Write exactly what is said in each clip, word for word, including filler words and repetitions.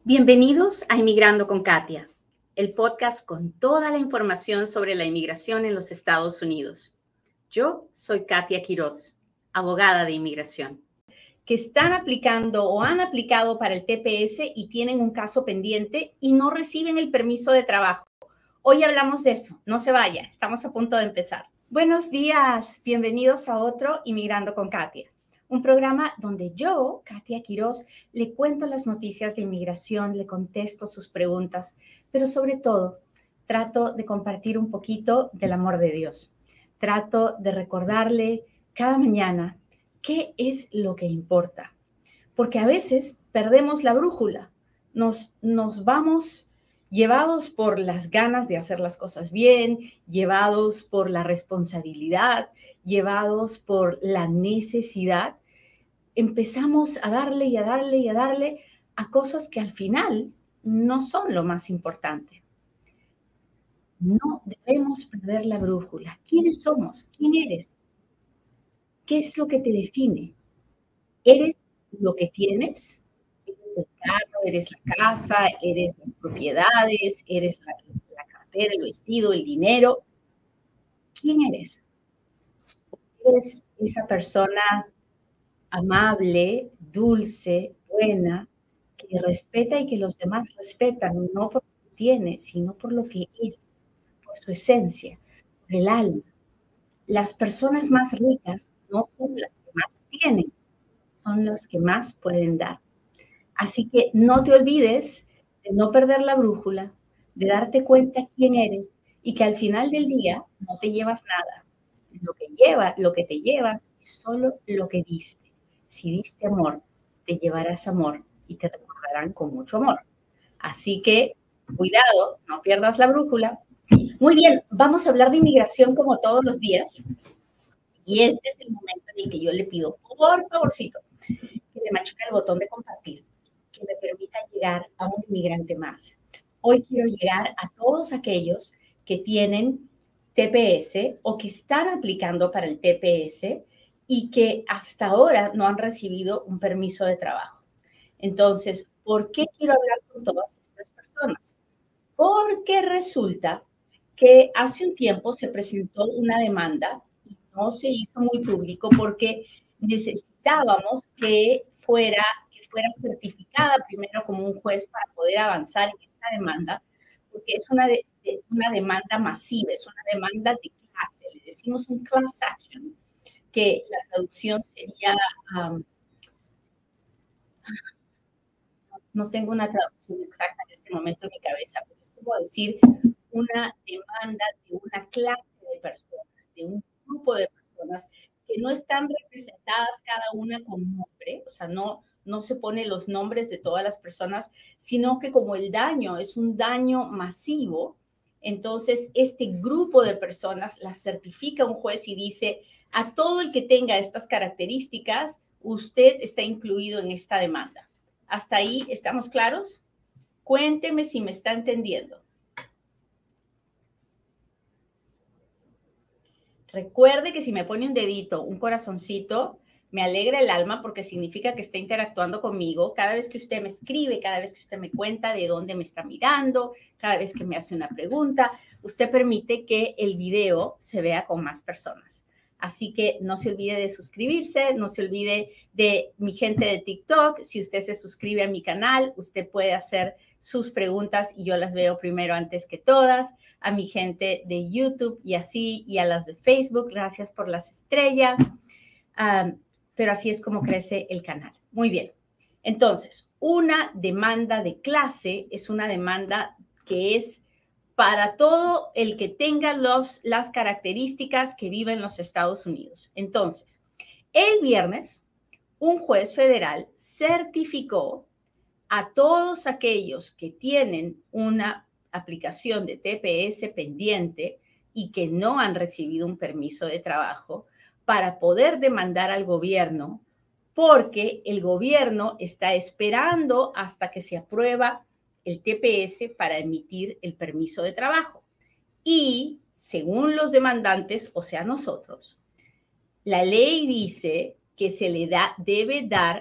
Bienvenidos a Inmigrando con Katia, el podcast con toda la información sobre la inmigración en los Estados Unidos. Yo soy Katia Quiroz, abogada de inmigración, que están aplicando o han aplicado para el T P S y tienen un caso pendiente y no reciben el permiso de trabajo. Hoy hablamos de eso, no se vaya, estamos a punto de empezar. Buenos días, bienvenidos a otro Inmigrando con Katia. Un programa donde yo, Katia Quiroz, le cuento las noticias de inmigración, le contesto sus preguntas, pero sobre todo trato de compartir un poquito del amor de Dios. Trato de recordarle cada mañana qué es lo que importa, porque a veces perdemos la brújula, nos, nos vamos llevados por las ganas de hacer las cosas bien, llevados por la responsabilidad, llevados por la necesidad. Empezamos a darle y a darle y a darle a cosas que al final no son lo más importante. No debemos perder la brújula. ¿Quiénes somos? ¿Quién eres? ¿Qué es lo que te define? ¿Eres lo que tienes? ¿Eres el carro? ¿Eres la casa? ¿Eres las propiedades? ¿Eres la, la cartera, el vestido, el dinero? ¿Quién eres? ¿Eres esa persona amable, dulce, buena, que respeta y que los demás respetan, no por lo que tiene, sino por lo que es, por su esencia, por el alma? Las personas más ricas no son las que más tienen, son los que más pueden dar. Así que no te olvides de no perder la brújula, de darte cuenta quién eres y que al final del día no te llevas nada. Lo que lleva, lo que te llevas es solo lo que diste. Si diste amor, te llevarás amor y te recordarán con mucho amor. Así que, cuidado, no pierdas la brújula. Muy bien, vamos a hablar de inmigración como todos los días. Y este es el momento en el que yo le pido, por favorcito, que le machuque el botón de compartir, que me permita llegar a un inmigrante más. Hoy quiero llegar a todos aquellos que tienen T P S o que están aplicando para el T P S y que hasta ahora no han recibido un permiso de trabajo. Entonces, ¿por qué quiero hablar con todas estas personas? Porque resulta que hace un tiempo se presentó una demanda y no se hizo muy público porque necesitábamos que fuera, que fuera certificada primero como un juez para poder avanzar en esta demanda, porque es una, de, de, una demanda masiva, es una demanda de clase, le decimos un class action, que la traducción sería, um, no tengo una traducción exacta en este momento en mi cabeza, pero es como decir una demanda de una clase de personas, de un grupo de personas que no están representadas cada una con nombre, o sea, no, no se pone los nombres de todas las personas, sino que como el daño es un daño masivo, entonces este grupo de personas las certifica un juez y dice, a todo el que tenga estas características, usted está incluido en esta demanda. ¿Hasta ahí estamos claros? Cuénteme si me está entendiendo. Recuerde que si me pone un dedito, un corazoncito, me alegra el alma porque significa que está interactuando conmigo. Cada vez que usted me escribe, cada vez que usted me cuenta de dónde me está mirando, cada vez que me hace una pregunta, usted permite que el video se vea con más personas. Así que no se olvide de suscribirse, no se olvide de mi gente de TikTok. Si usted se suscribe a mi canal, usted puede hacer sus preguntas y yo las veo primero antes que todas. A mi gente de YouTube y así, y a las de Facebook, gracias por las estrellas. Um, pero así es como crece el canal. Muy bien. Entonces, una demanda de clase es una demanda que es para todo el que tenga los, las características que vive en los Estados Unidos. Entonces, el viernes, un juez federal certificó a todos aquellos que tienen una aplicación de T P S pendiente y que no han recibido un permiso de trabajo para poder demandar al gobierno, porque el gobierno está esperando hasta que se aprueba el T P S para emitir el permiso de trabajo. Y según los demandantes, o sea, nosotros, la ley dice que se le da, debe dar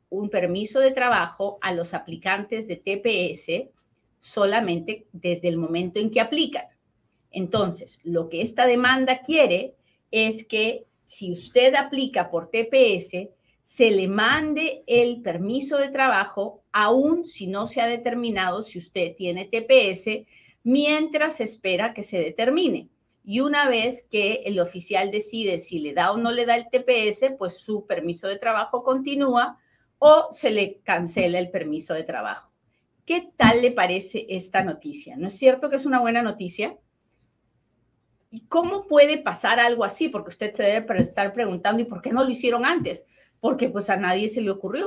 un permiso de trabajo a los aplicantes de T P S solamente desde el momento en que aplican. Entonces, lo que esta demanda quiere es que si usted aplica por T P S, se le mande el permiso de trabajo, aun si no se ha determinado si usted tiene T P S, mientras espera que se determine. Y una vez que el oficial decide si le da o no le da el T P S, pues su permiso de trabajo continúa o se le cancela el permiso de trabajo. ¿Qué tal le parece esta noticia? ¿No es cierto que es una buena noticia? ¿Y cómo puede pasar algo así? Porque usted se debe estar preguntando, ¿y por qué no lo hicieron antes? Porque pues a nadie se le ocurrió.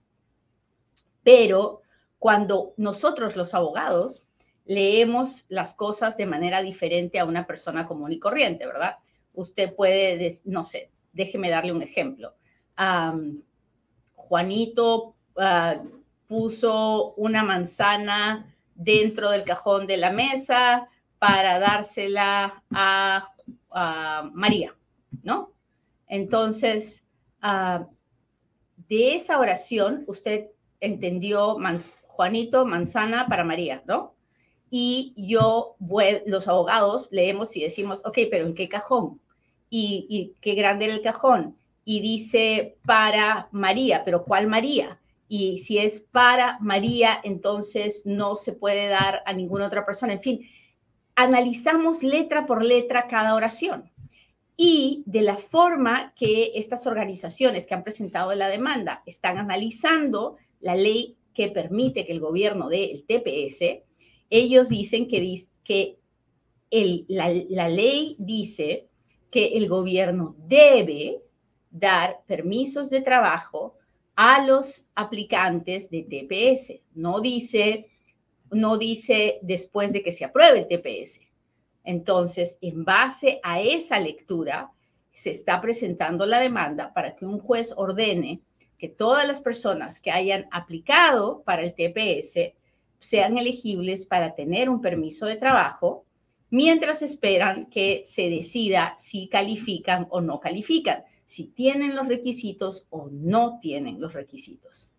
Pero cuando nosotros los abogados leemos las cosas de manera diferente a una persona común y corriente, ¿verdad? Usted puede, no sé, déjeme darle un ejemplo. Um, Juanito uh, puso una manzana dentro del cajón de la mesa para dársela a, a María, ¿no? Entonces, uh, de esa oración, usted entendió man, Juanito, manzana para María, ¿no? Y yo, los abogados, leemos y decimos, ok, pero ¿en qué cajón? ¿Y, y qué grande era el cajón? Y dice para María, pero ¿cuál María? Y si es para María, entonces no se puede dar a ninguna otra persona. En fin, analizamos letra por letra cada oración. Y de la forma que estas organizaciones que han presentado la demanda están analizando la ley que permite que el gobierno dé el T P S, ellos dicen que, que el, la, la ley dice que el gobierno debe dar permisos de trabajo a los aplicantes de T P S. No dice, no dice después de que se apruebe el T P S. Entonces, en base a esa lectura, se está presentando la demanda para que un juez ordene que todas las personas que hayan aplicado para el T P S sean elegibles para tener un permiso de trabajo, mientras esperan que se decida si califican o no califican, si tienen los requisitos o no tienen los requisitos.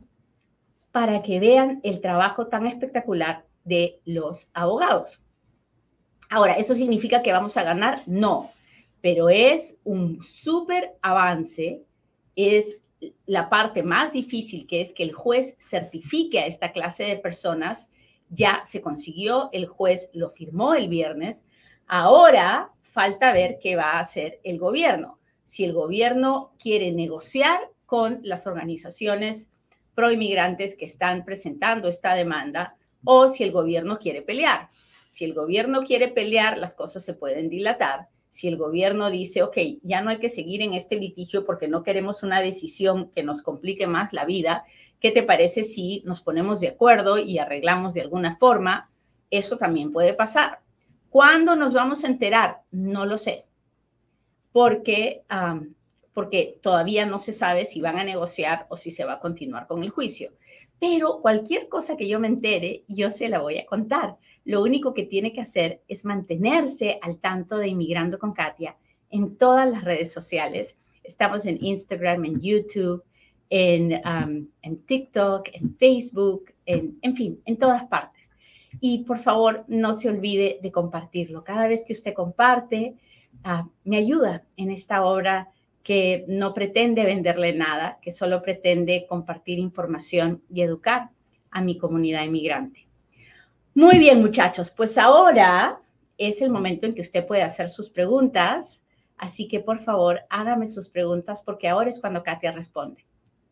Para que vean el trabajo tan espectacular de los abogados. Ahora, ¿eso significa que vamos a ganar? No, pero es un súper avance, es la parte más difícil, que es que el juez certifique a esta clase de personas. Ya se consiguió, el juez lo firmó el viernes, ahora falta ver qué va a hacer el gobierno. Si el gobierno quiere negociar con las organizaciones proinmigrantes que están presentando esta demanda o si el gobierno quiere pelear. Si el gobierno quiere pelear, las cosas se pueden dilatar. Si el gobierno dice, ok, ya no hay que seguir en este litigio porque no queremos una decisión que nos complique más la vida, ¿qué te parece si nos ponemos de acuerdo y arreglamos de alguna forma? Eso también puede pasar. ¿Cuándo nos vamos a enterar? No lo sé. Porque, um, porque todavía no se sabe si van a negociar o si se va a continuar con el juicio. Pero cualquier cosa que yo me entere, yo se la voy a contar. Lo único que tiene que hacer es mantenerse al tanto de Inmigrando con Katia en todas las redes sociales. Estamos en Instagram, en YouTube, en, um, en TikTok, en Facebook, en, en fin, en todas partes. Y por favor, no se olvide de compartirlo. Cada vez que usted comparte, uh, me ayuda en esta obra que no pretende venderle nada, que solo pretende compartir información y educar a mi comunidad inmigrante. Muy bien, muchachos, pues ahora es el momento en que usted puede hacer sus preguntas, así que por favor, hágame sus preguntas porque ahora es cuando Katia responde.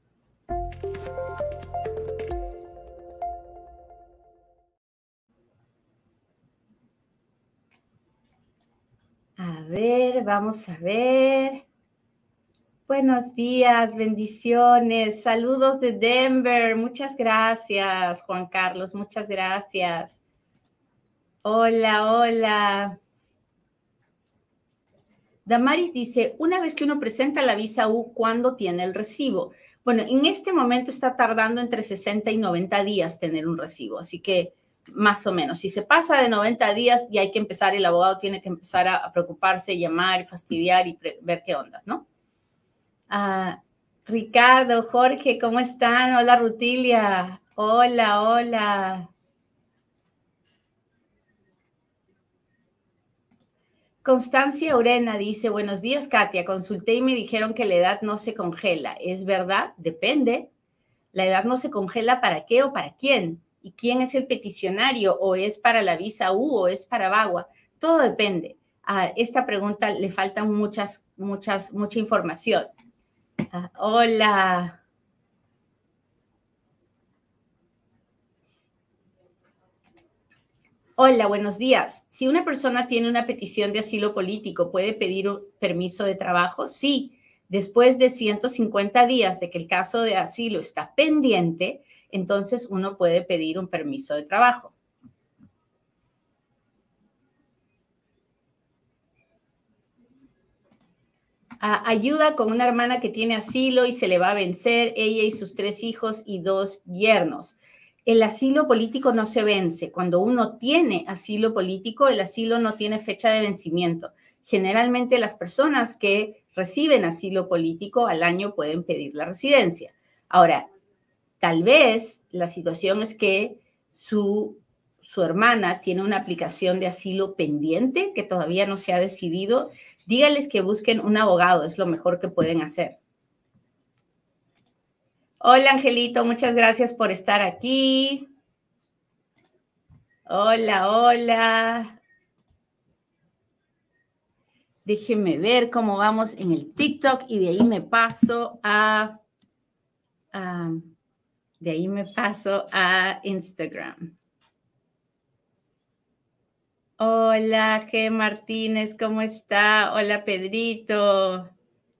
A ver, vamos a ver. Buenos días, bendiciones, saludos de Denver. Muchas gracias, Juan Carlos, muchas gracias. Hola, hola. Damaris dice, una vez que uno presenta la visa U, ¿cuándo tiene el recibo? Bueno, en este momento está tardando entre sesenta y noventa días tener un recibo, así que más o menos. Si se pasa de noventa días, ya hay que empezar, el abogado tiene que empezar a, a preocuparse, llamar, fastidiar y ver qué onda, ¿no? Uh, Ricardo, Jorge, ¿cómo están? Hola, Rutilia. Hola, hola. Constancia Urena dice, buenos días, Katia. Consulté y me dijeron que la edad no se congela. ¿Es verdad? Depende. ¿La edad no se congela para qué o para quién? ¿Y quién es el peticionario? ¿O es para la visa U o es para VAWA? Todo depende. A esta pregunta le faltan muchas, muchas, mucha información. Ah, hola. Hola, buenos días. Si una persona tiene una petición de asilo político, ¿puede pedir un permiso de trabajo? Sí. Después de ciento cincuenta días de que el caso de asilo está pendiente, entonces uno puede pedir un permiso de trabajo. Uh, ayuda con una hermana que tiene asilo y se le va a vencer, ella y sus tres hijos y dos yernos. El asilo político no se vence. Cuando uno tiene asilo político, el asilo no tiene fecha de vencimiento. Generalmente las personas que reciben asilo político al año pueden pedir la residencia. Ahora, tal vez la situación es que su, su hermana tiene una aplicación de asilo pendiente que todavía no se ha decidido. Dígales que busquen un abogado, es lo mejor que pueden hacer. Hola, Angelito, muchas gracias por estar aquí. Hola, hola. Déjenme ver cómo vamos en el TikTok y de ahí me paso a, a de ahí me paso a Instagram. Hola, G. Martínez, ¿cómo está? Hola, Pedrito.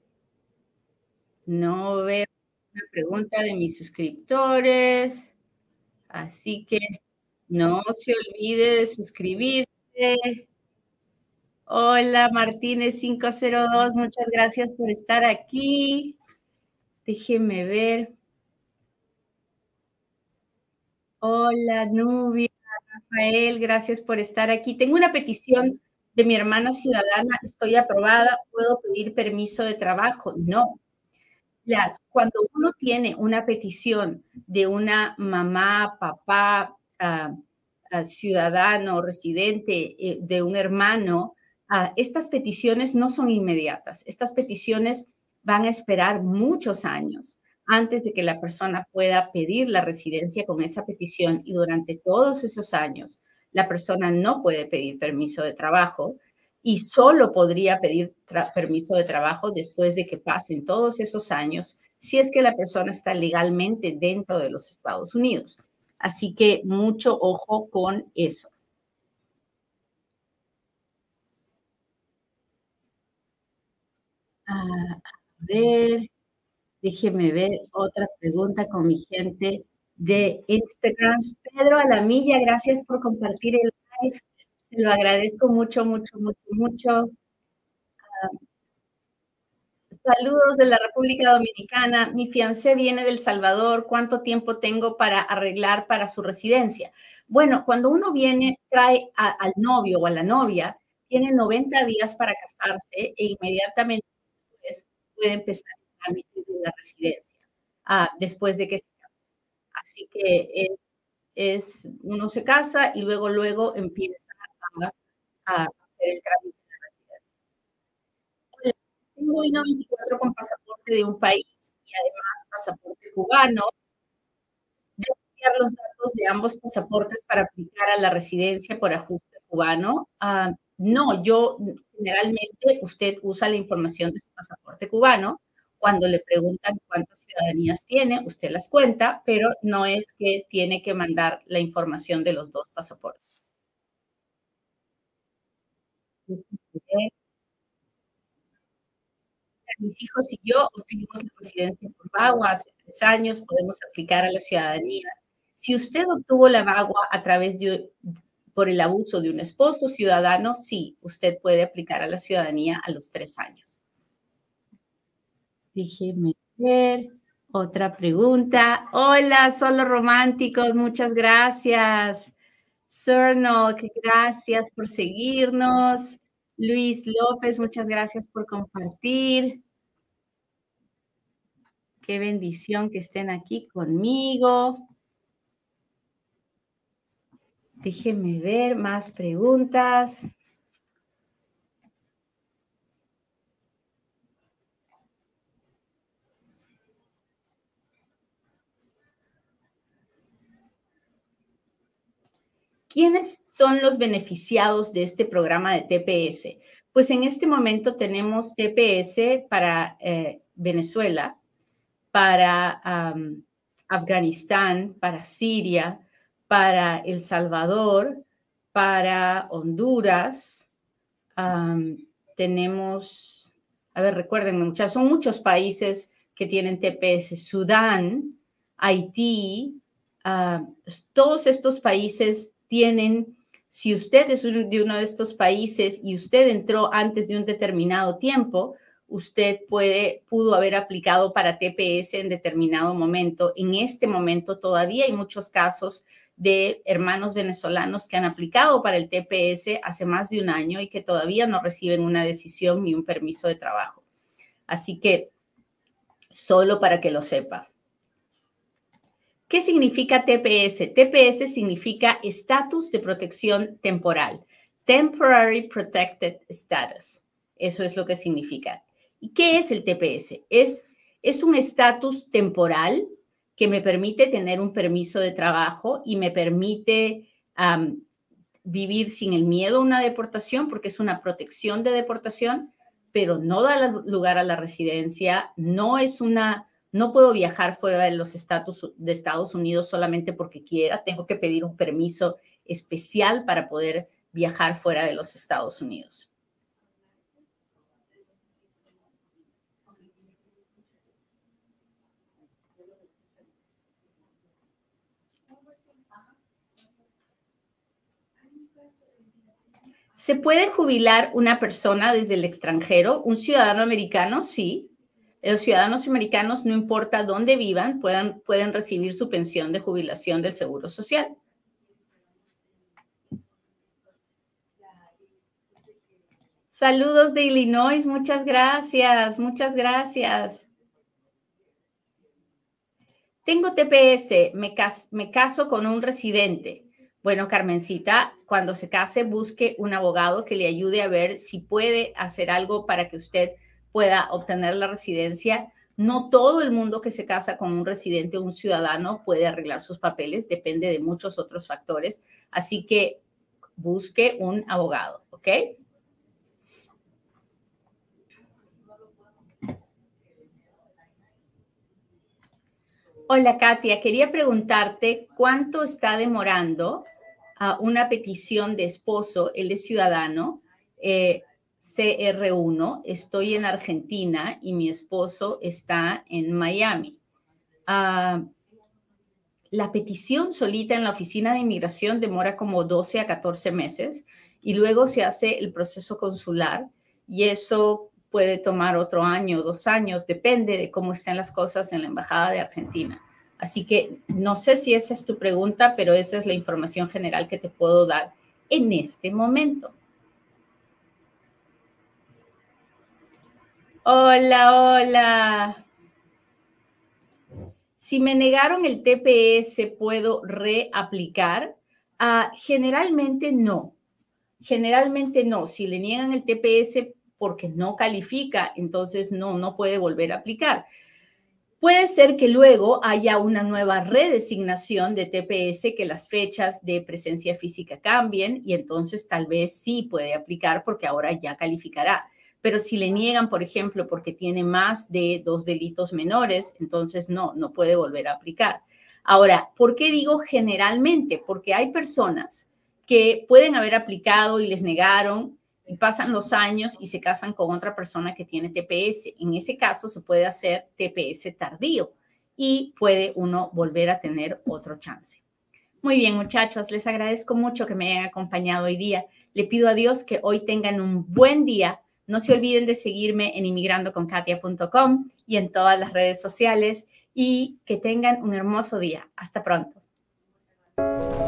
No veo una pregunta de mis suscriptores, así que no se olvide de suscribirse. Hola, Martínez cinco cero dos, muchas gracias por estar aquí. Déjenme ver. Hola, Nubia, Rafael, gracias por estar aquí. Tengo una petición de mi hermana ciudadana, estoy aprobada, ¿puedo pedir permiso de trabajo? No. Las, cuando uno tiene una petición de una mamá, papá, uh, uh, ciudadano, residente, eh, de un hermano, uh, estas peticiones no son inmediatas. Estas peticiones van a esperar muchos años antes de que la persona pueda pedir la residencia con esa petición y durante todos esos años la persona no puede pedir permiso de trabajo y solo podría pedir permiso de trabajo después de que pasen todos esos años, si es que la persona está legalmente dentro de los Estados Unidos. Así que mucho ojo con eso. Ah, a ver, déjeme ver otra pregunta con mi gente de Instagram. Pedro Alamilla, gracias por compartir el live. Se lo agradezco mucho, mucho, mucho, mucho. Uh, Saludos de la República Dominicana. Mi fiancé viene del Salvador. ¿Cuánto tiempo tengo para arreglar para su residencia? Bueno, cuando uno viene, trae a, al novio o a la novia, tiene noventa días para casarse e inmediatamente después puede empezar el trámite de la residencia, ah, después de que se casa. Así que es, es, uno se casa y luego, luego empieza a, a hacer el trámite. Tengo I N A veinticuatro con pasaporte de un país y además pasaporte cubano. ¿Debo enviar los datos de ambos pasaportes para aplicar a la residencia por ajuste cubano? Uh, no, yo generalmente usted usa la información de su pasaporte cubano. Cuando le preguntan cuántas ciudadanías tiene, usted las cuenta, pero no es que tiene que mandar la información de los dos pasaportes. Mis hijos y yo obtuvimos la residencia por VAWA hace tres años, podemos aplicar a la ciudadanía. Si usted obtuvo la VAWA a través de, por el abuso de un esposo ciudadano, sí, usted puede aplicar a la ciudadanía a los tres años. Déjeme ver. Otra pregunta. Hola, solo románticos, muchas gracias. Cernol, gracias por seguirnos. Luis López, muchas gracias por compartir. Qué bendición que estén aquí conmigo. Déjenme ver más preguntas. ¿Quiénes son los beneficiados de este programa de T P S? Pues en este momento tenemos T P S para eh, Venezuela, para um, Afganistán, para Siria, para El Salvador, para Honduras. Um, tenemos, a ver, recuérdenme, muchas, son muchos países que tienen T P S. Sudán, Haití, uh, todos estos países tienen, si usted es de uno de estos países y usted entró antes de un determinado tiempo, usted puede, pudo haber aplicado para T P S en determinado momento. En este momento todavía hay muchos casos de hermanos venezolanos que han aplicado para el T P S hace más de un año y que todavía no reciben una decisión ni un permiso de trabajo. Así que, solo para que lo sepa. ¿Qué significa T P S? T P S significa estatus de protección temporal. Temporary Protected Status. Eso es lo que significa. ¿Y qué es el T P S? Es, es un estatus temporal que me permite tener un permiso de trabajo y me permite um, vivir sin el miedo a una deportación, porque es una protección de deportación, pero no da lugar a la residencia, no es una, no puedo viajar fuera de los estatus de Estados Unidos solamente porque quiera, tengo que pedir un permiso especial para poder viajar fuera de los Estados Unidos. ¿Se puede jubilar una persona desde el extranjero? ¿Un ciudadano americano? Sí. Los ciudadanos americanos, no importa dónde vivan, puedan, pueden recibir su pensión de jubilación del Seguro Social. Saludos de Illinois, muchas gracias, muchas gracias. Tengo T P S, me, cas me caso con un residente. Bueno, Carmencita, cuando se case, busque un abogado que le ayude a ver si puede hacer algo para que usted pueda obtener la residencia. No todo el mundo que se casa con un residente o un ciudadano puede arreglar sus papeles, depende de muchos otros factores. Así que busque un abogado, ¿ok? Hola, Katia. Quería preguntarte cuánto está demorando uh, una petición de esposo, él es ciudadano, eh, C R uno. Estoy en Argentina y mi esposo está en Miami. Uh, la petición solita en la oficina de inmigración demora como doce a catorce meses y luego se hace el proceso consular y eso puede tomar otro año, dos años, depende de cómo estén las cosas en la Embajada de Argentina. Así que no sé si esa es tu pregunta, pero esa es la información general que te puedo dar en este momento. Hola, hola. Si me negaron el T P S, ¿puedo reaplicar? Uh, generalmente no. Generalmente no. Si le niegan el T P S porque no califica, entonces no, no puede volver a aplicar. Puede ser que luego haya una nueva redesignación de T P S, que las fechas de presencia física cambien y entonces tal vez sí puede aplicar porque ahora ya calificará. Pero si le niegan, por ejemplo, porque tiene más de dos delitos menores, entonces no, no puede volver a aplicar. Ahora, ¿por qué digo generalmente? Porque hay personas que pueden haber aplicado y les negaron y pasan los años y se casan con otra persona que tiene T P S. En ese caso se puede hacer T P S tardío y puede uno volver a tener otro chance. Muy bien, muchachos, les agradezco mucho que me hayan acompañado hoy día. Le pido a Dios que hoy tengan un buen día. No se olviden de seguirme en inmigrando con katia punto com y en todas las redes sociales y que tengan un hermoso día. Hasta pronto.